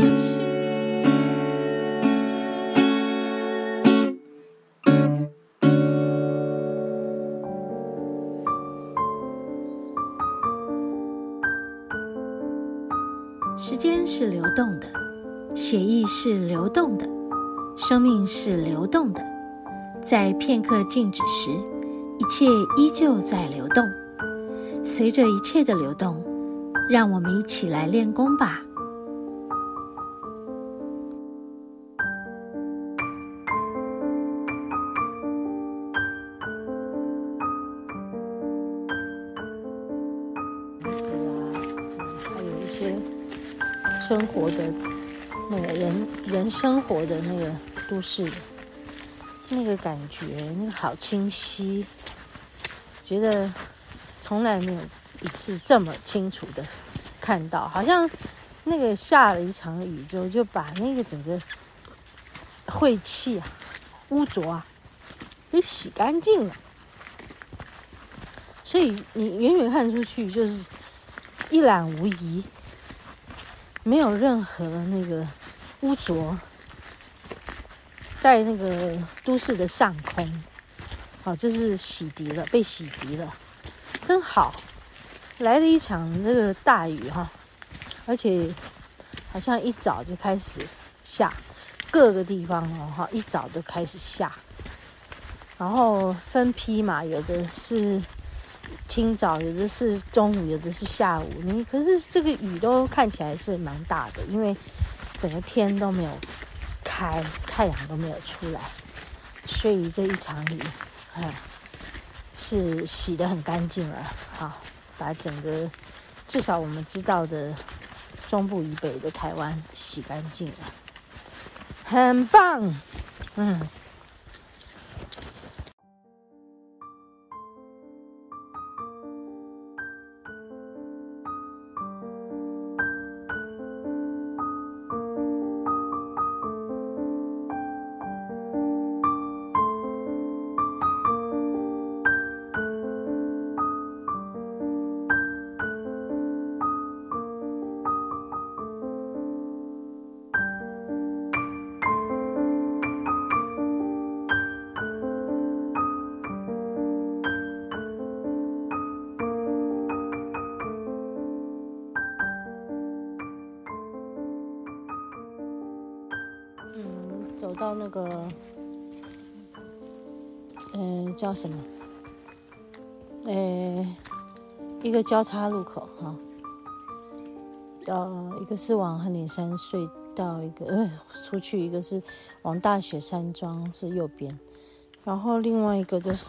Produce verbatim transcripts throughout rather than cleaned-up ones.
时间是流动的，血液是流动的，生命是流动的。在片刻静止时，一切依旧在流动。随着一切的流动，让我们一起来练功吧。还有一些生活的那个人人生活的那个都市的那个感觉，那个好清晰，觉得从来没有一次这么清楚的看到，好像那个下了一场雨之后，就把那个整个晦气啊、污浊啊给洗干净了。所以你远远看出去就是一览无遗，没有任何那个污浊在那个都市的上空，好，就是洗涤了，被洗涤了，真好。来了一场这个大雨哈，而且好像一早就开始下，各个地方哦哈，一早就开始下，然后分批嘛，有的是清早，有的是中午，有的是下午。你可是这个雨都看起来是蛮大的，因为整个天都没有开，太阳都没有出来，所以这一场雨，哎，是洗得很干净了。好，把整个至少我们知道的中部以北的台湾洗干净了，很棒，嗯。走到那个，嗯、呃，叫什么？呃，一个交叉路口哈，呃，一个是往横岭山隧道，一个呃出去，一个是往大雪山庄是右边，然后另外一个就是，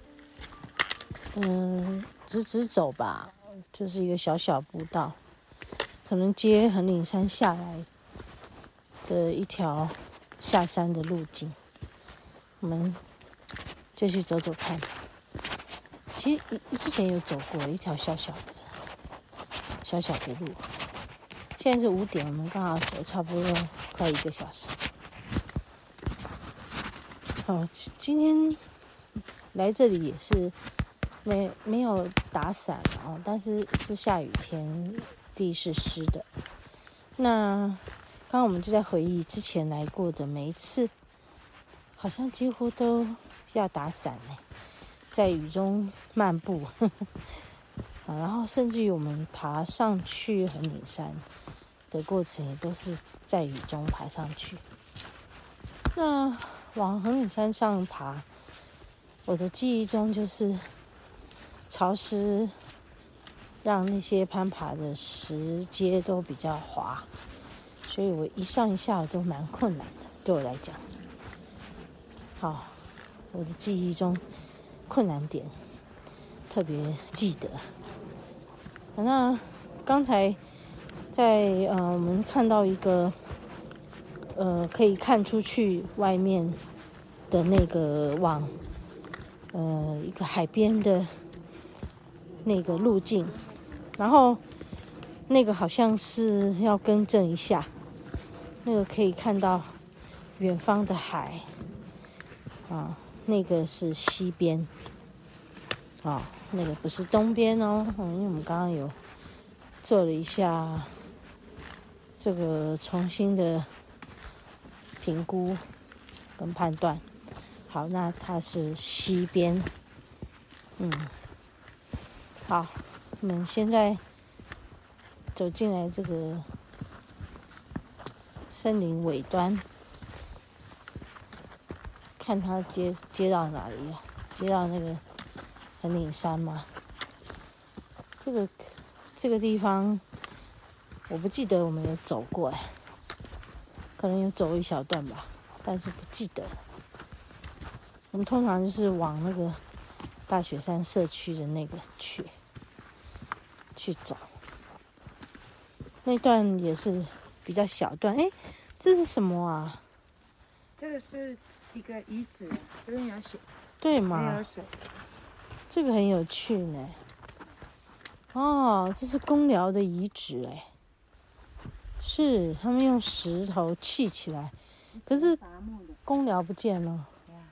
嗯、呃，直直走吧，就是一个小小步道，可能接横岭山下来的一条下山的路径，我们就去走走看。其实之前有走过一条小小的、小小的路，现在是五点，我们刚好走差不多快一个小时。好，今天来这里也是没没有打伞哦，但是是下雨天，地是湿的。那刚刚我们就在回忆之前来过的每一次，好像几乎都要打伞呢，在雨中漫步，呵呵啊，然后甚至于我们爬上去横岭山的过程也都是在雨中爬上去。那往横岭山上爬，我的记忆中就是潮湿，让那些攀爬的石阶都比较滑。所以我一上一下都蛮困难的，对我来讲。好，我的记忆中困难点特别记得。那刚才在呃，我们看到一个呃，可以看出去外面的那个往呃一个海边的那个路径，然后那个好像是要更正一下。那个可以看到远方的海啊，那个是西边啊，那个不是东边哦，嗯，因为我们刚刚有做了一下这个重新的评估跟判断。好，那它是西边，嗯，好，我们现在走进来这个森林尾端，看它接接到哪里了？接到那个横岭山吗？这个这个地方我不记得我们有走过哎，可能有走一小段吧，但是不记得。我们通常就是往那个大雪山社区的那个去去走，那段也是比较小段。哎，这是什么啊？ 这个是一个遗址啊，这边有写， 对嘛？ 没有水。 这个很有趣呢。哦，这是公寮的遗址哎，是他们用石头砌起来，可是公寮不见了。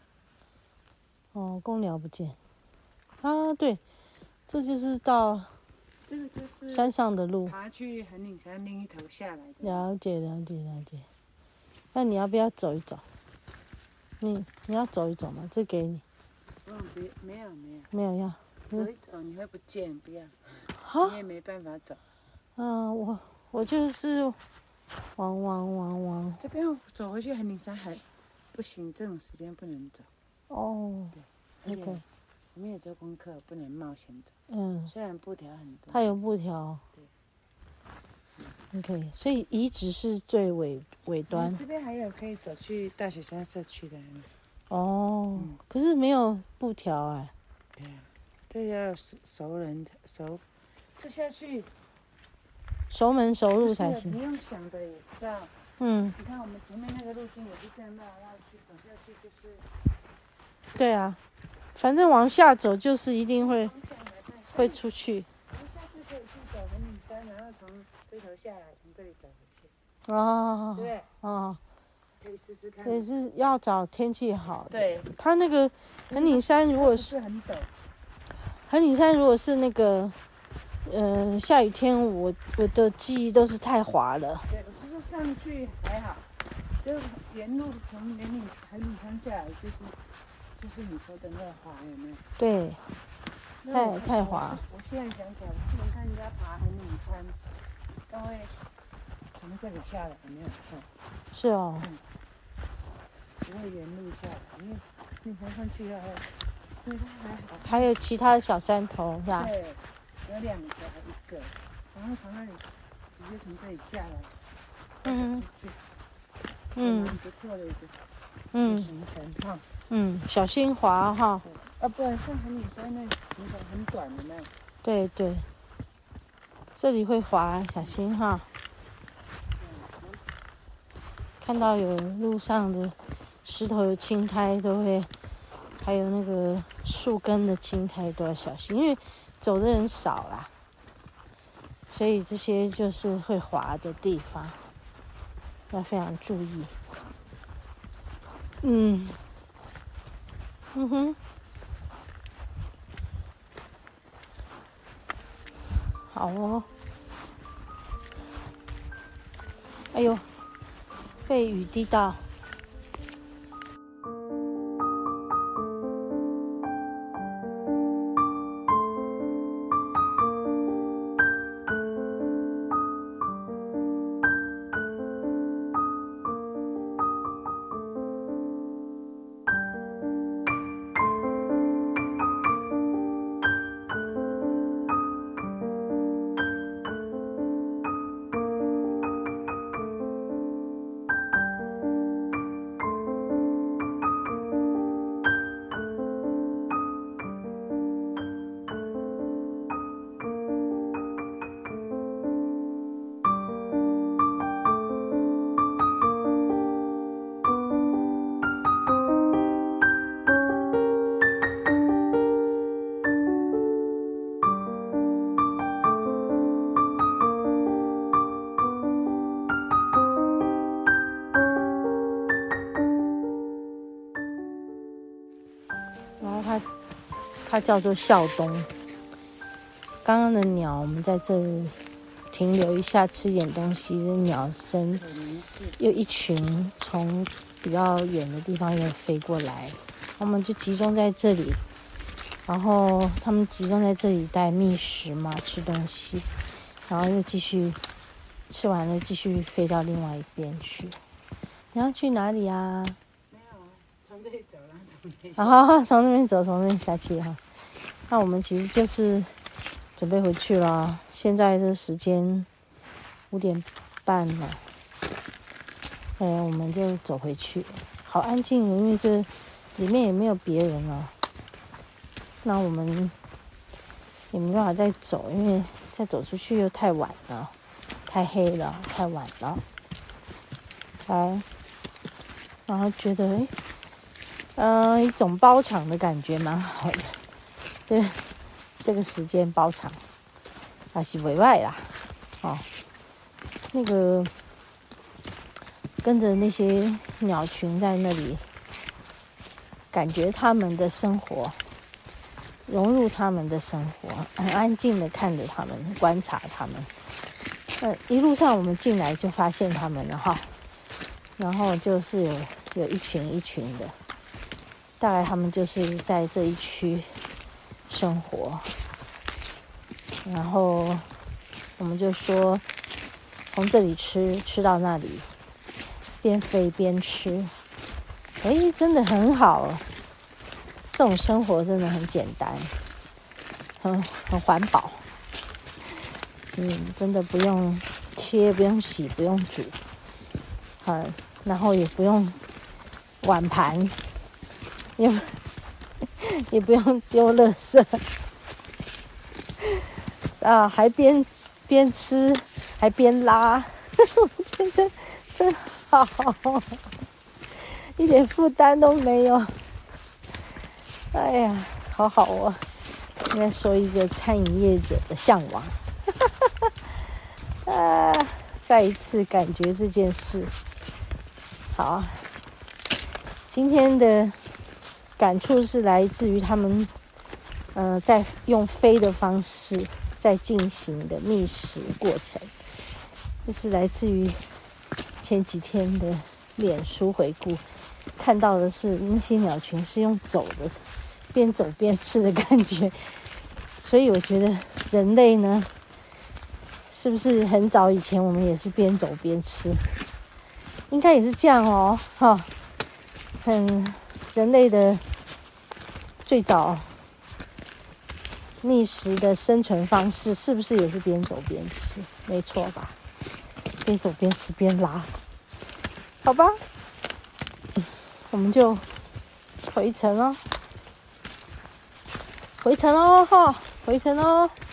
哦，公寮不见啊，对，这就是到这个就是山上的路， 爬去横岭山另一头下来的。 了解了解了解。那你要不要走一走？你你要走一走吗？这给你。 不用，别，没有没有。 没有要。 走一走你会不见，不要。你也没办法走。 嗯，我我就是往往往往。 这边走回去横岭山还不行，这种时间不能走。 哦。 对。而且我们也做功课，不能冒险走。 嗯。 虽然布条很多。 它有布条。对。OK， 所以遗址是最尾尾端。 这边还有可以走去大雪山社区的。 哦。嗯、可是没有布条哎。 对啊。对，要有熟人熟，这下去熟门熟路才行。 不用想的也知道。 嗯。 你看我们前面那个路径也是这样绕绕去，走下去就是。 对啊，反正往下走就是一定会会出去。 我们下次可以去走横岭山，然后从这头下来，从这里走回去。 哦。 对。 哦。 可以试试看。 也是要找天气好的。 对。 它那个横岭山如果是很陡。 横岭山如果是那个，呃，下雨天我，我我的记忆都是太滑了。 对，我是说上去还好，就沿路从横岭横岭山下来，就是就是你说的那个滑，有没有？ 对，太太滑。 我现在想起来，我不能看人家爬横岭山，都会从这里下来，没有错。 是哦。 嗯。不会沿路下来，因为横岭山上去要。 还有其他的小山头，是吧？ 对，有两个，一个，然后从那里直接从这里下来，嗯，嗯，不错的一个，嗯，行程哈， 嗯，小心滑哈， 啊，不然像横岭山那行程很短的那， 对对，这里会滑，小心哈。看到有路上的石头有青苔，都会。还有那个树根的青苔都要小心，因为走的人少啦，所以这些就是会滑的地方，要非常注意。嗯，嗯哼，好哦。哎呦，被雨滴到。它叫做孝东。刚刚的鸟我们在这停留一下，吃点东西。鸟声又一群从比较远的地方又飞过来，我们就集中在这里，然后他们集中在这里带觅食嘛，吃东西，然后又继续吃完了，继续飞到另外一边去。你要去哪里啊？ 没有，从这里走，然后从那边。 啊，从那边走，从那边下去哈。那我们其实就是准备回去了。现在的时间五点半了，哎，我们就走回去。好安静，因为这里面也没有别人了。那我们也没办法再走，因为再走出去又太晚了，太黑了，太晚了。来，然后觉得哎，嗯、呃，一种包场的感觉蛮好的。这这个时间包场还是委外啦，哦，那个跟着那些鸟群在那里，感觉他们的生活，融入他们的生活，很安静的看着他们，观察他们。那一路上我们进来就发现他们了哈，然后就是有有一群一群的，大概他们就是在这一区生活，然后我们就说从这里吃吃到那里，边飞边吃，哎，真的很好，这种生活真的很简单，很很环保，嗯，真的不用切，不用洗，不用煮，嗯，然后也不用碗盘，也也不用丢垃圾啊，还边边吃还边拉，我觉得真好，一点负担都没有。哎呀，好好哦！应该说一个餐饮业者的向往。啊，再一次感觉这件事。好，今天的感触是来自于他们，呃，在用飞的方式在进行的觅食过程。这是来自于前几天的脸书回顾，看到的是那些鸟群是用走的，边走边吃的感觉。所以我觉得人类呢，是不是很早以前我们也是边走边吃？应该也是这样哦，哈、哦，很人类的最早觅食的生存方式，是不是也是边走边吃？没错吧？边走边吃边拉，好吧，我们就回程咯，回程咯哈，回程咯。